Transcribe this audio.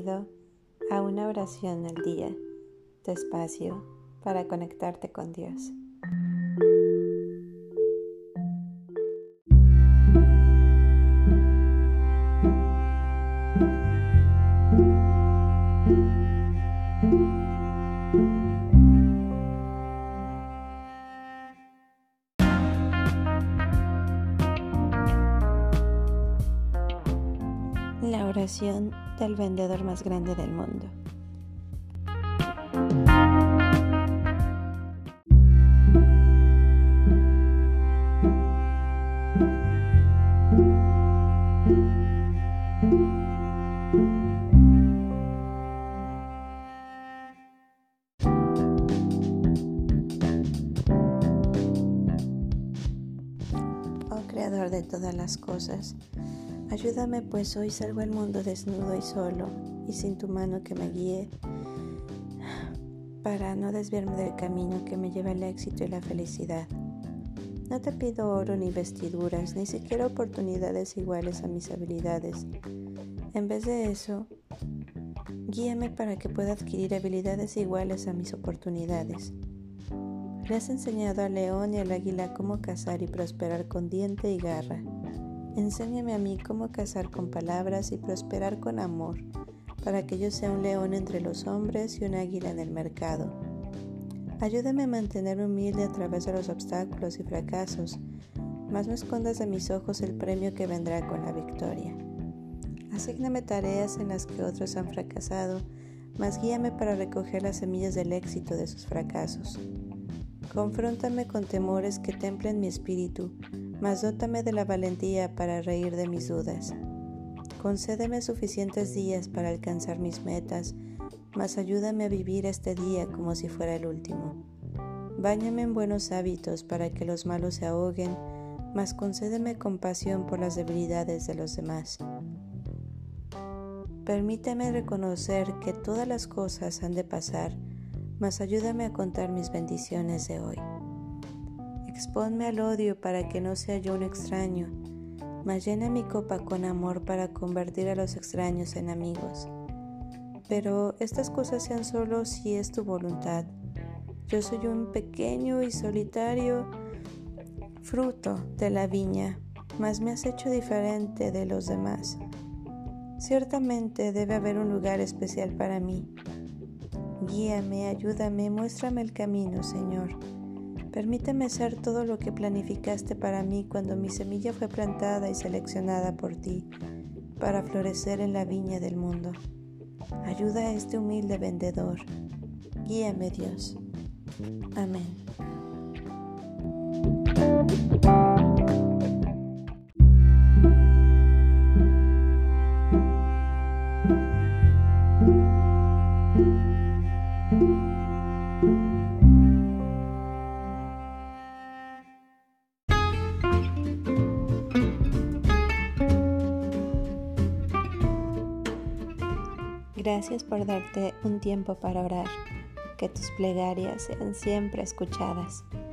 Bienvenido a una oración al día, tu espacio para conectarte con Dios. La oración del vendedor más grande del mundo. Oh Creador de todas las cosas, ayúdame pues hoy salgo al mundo desnudo y solo y sin tu mano que me guíe para no desviarme del camino que me lleva al éxito y la felicidad. No te pido oro ni vestiduras, ni siquiera oportunidades iguales a mis habilidades. En vez de eso, guíame para que pueda adquirir habilidades iguales a mis oportunidades. Le has enseñado al león y al águila cómo cazar y prosperar con diente y garra. Enséñame a mí cómo cazar con palabras y prosperar con amor, para que yo sea un león entre los hombres y un águila en el mercado. Ayúdame a mantenerme humilde a través de los obstáculos y fracasos, mas no escondas de mis ojos el premio que vendrá con la victoria. Asígname tareas en las que otros han fracasado, mas guíame para recoger las semillas del éxito de sus fracasos. Confróntame con temores que templen mi espíritu, mas dótame de la valentía para reír de mis dudas. Concédeme suficientes días para alcanzar mis metas, mas ayúdame a vivir este día como si fuera el último. Báñame en buenos hábitos para que los malos se ahoguen, mas concédeme compasión por las debilidades de los demás. Permíteme reconocer que todas las cosas han de pasar, mas ayúdame a contar mis bendiciones de hoy. Exponme al odio para que no sea yo un extraño, mas llena mi copa con amor para convertir a los extraños en amigos. Pero estas cosas sean solo si es tu voluntad. Yo soy un pequeño y solitario fruto de la viña, mas me has hecho diferente de los demás. Ciertamente debe haber un lugar especial para mí. Guíame, ayúdame, muéstrame el camino, Señor. Permíteme ser todo lo que planificaste para mí cuando mi semilla fue plantada y seleccionada por ti para florecer en la viña del mundo. Ayuda a este humilde vendedor. Guíame, Dios. Amén. Gracias por darte un tiempo para orar. Que tus plegarias sean siempre escuchadas.